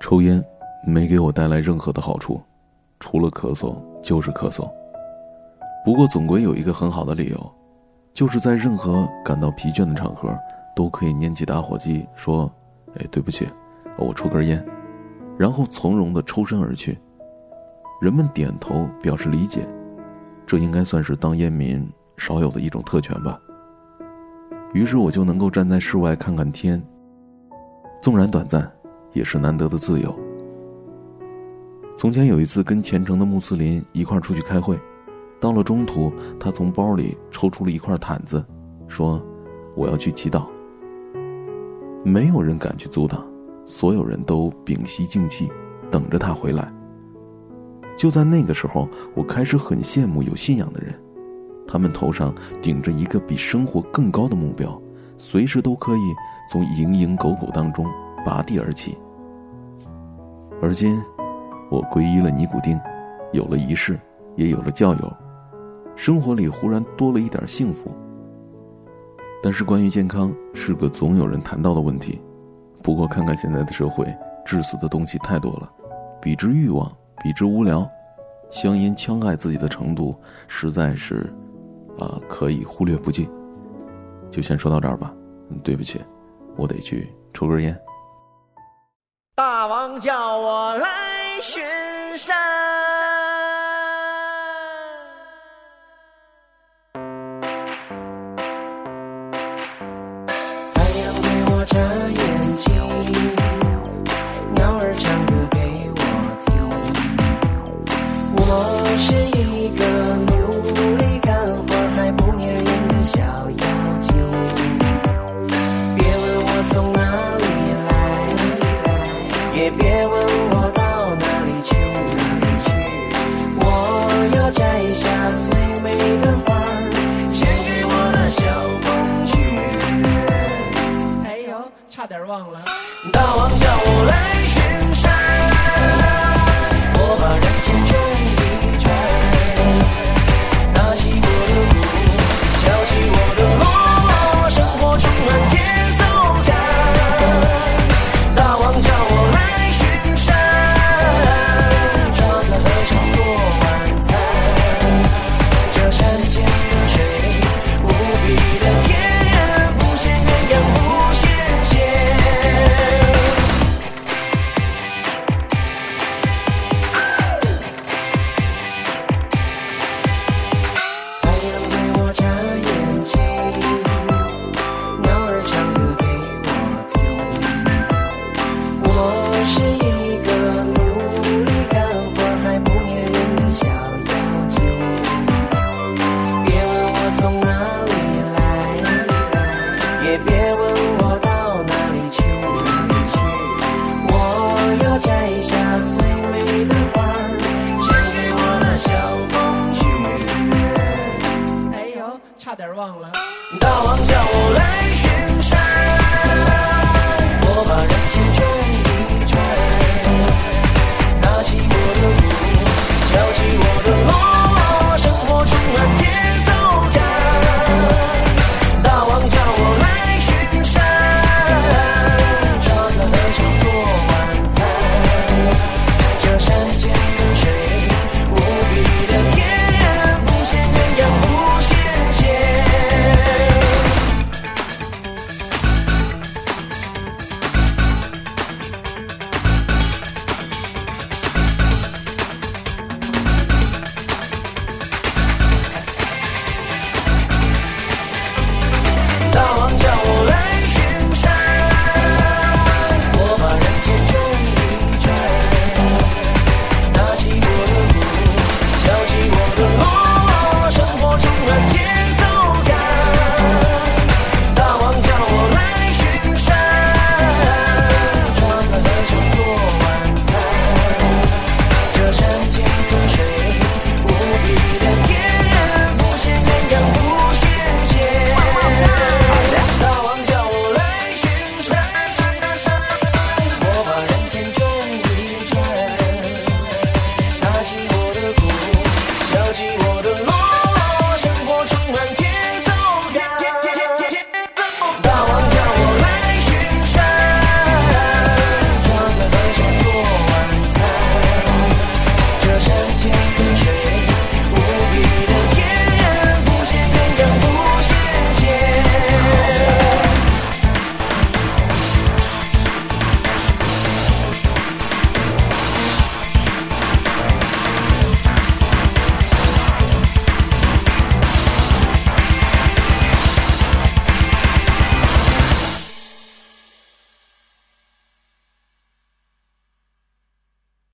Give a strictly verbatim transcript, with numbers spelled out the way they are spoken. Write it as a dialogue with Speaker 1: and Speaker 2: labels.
Speaker 1: 抽烟没给我带来任何的好处，除了咳嗽就是咳嗽。不过总归有一个很好的理由，就是在任何感到疲倦的场合都可以拈起打火机说，哎，对不起，我抽根烟，然后从容地抽身而去。人们点头表示理解，这应该算是当烟民少有的一种特权吧。于是我就能够站在室外看看天，纵然短暂，也是难得的自由。从前有一次跟虔诚的穆斯林一块出去开会，到了中途，他从包里抽出了一块毯子，说我要去祈祷。没有人敢去阻挡，所有人都屏息静气，等着他回来。就在那个时候，我开始很羡慕有信仰的人，他们头上顶着一个比生活更高的目标，随时都可以从蝇营狗苟当中拔地而起。而今我皈依了尼古丁，有了仪式，也有了教友，生活里忽然多了一点幸福。但是关于健康是个总有人谈到的问题，不过看看现在的社会，致死的东西太多了，比之欲望，比之无聊，香烟戕害自己的程度实在是啊、呃，可以忽略不计。就先说到这儿吧，对不起，我得去抽根烟。
Speaker 2: 大王叫我来巡山，
Speaker 3: 太阳对我眨眼睛，鸟儿唱歌给我听。我是一个努力干活还不粘人的小妖精，别问我从哪里来，也别问我到哪里去，我要摘下最美的花儿，献给我的小公举。
Speaker 2: 哎呦，差点忘了。
Speaker 3: 大王叫我来巡山，我把人间转一转，打起我的鼓，敲起我的锣，生活充满节奏感。大王叫我来巡山，抓个和尚做晚餐，这山间的水无比的甜，不羡鸳鸯不羡仙。太阳对我眨眼睛，鸟儿唱歌给我听。我是一个努力干活还不粘人的小妖精，别问我从哪里来，也别问我到哪里去，我要摘下最美的花儿，献给我的小公举。
Speaker 2: 哎呦，差点忘了。
Speaker 3: 大王叫我来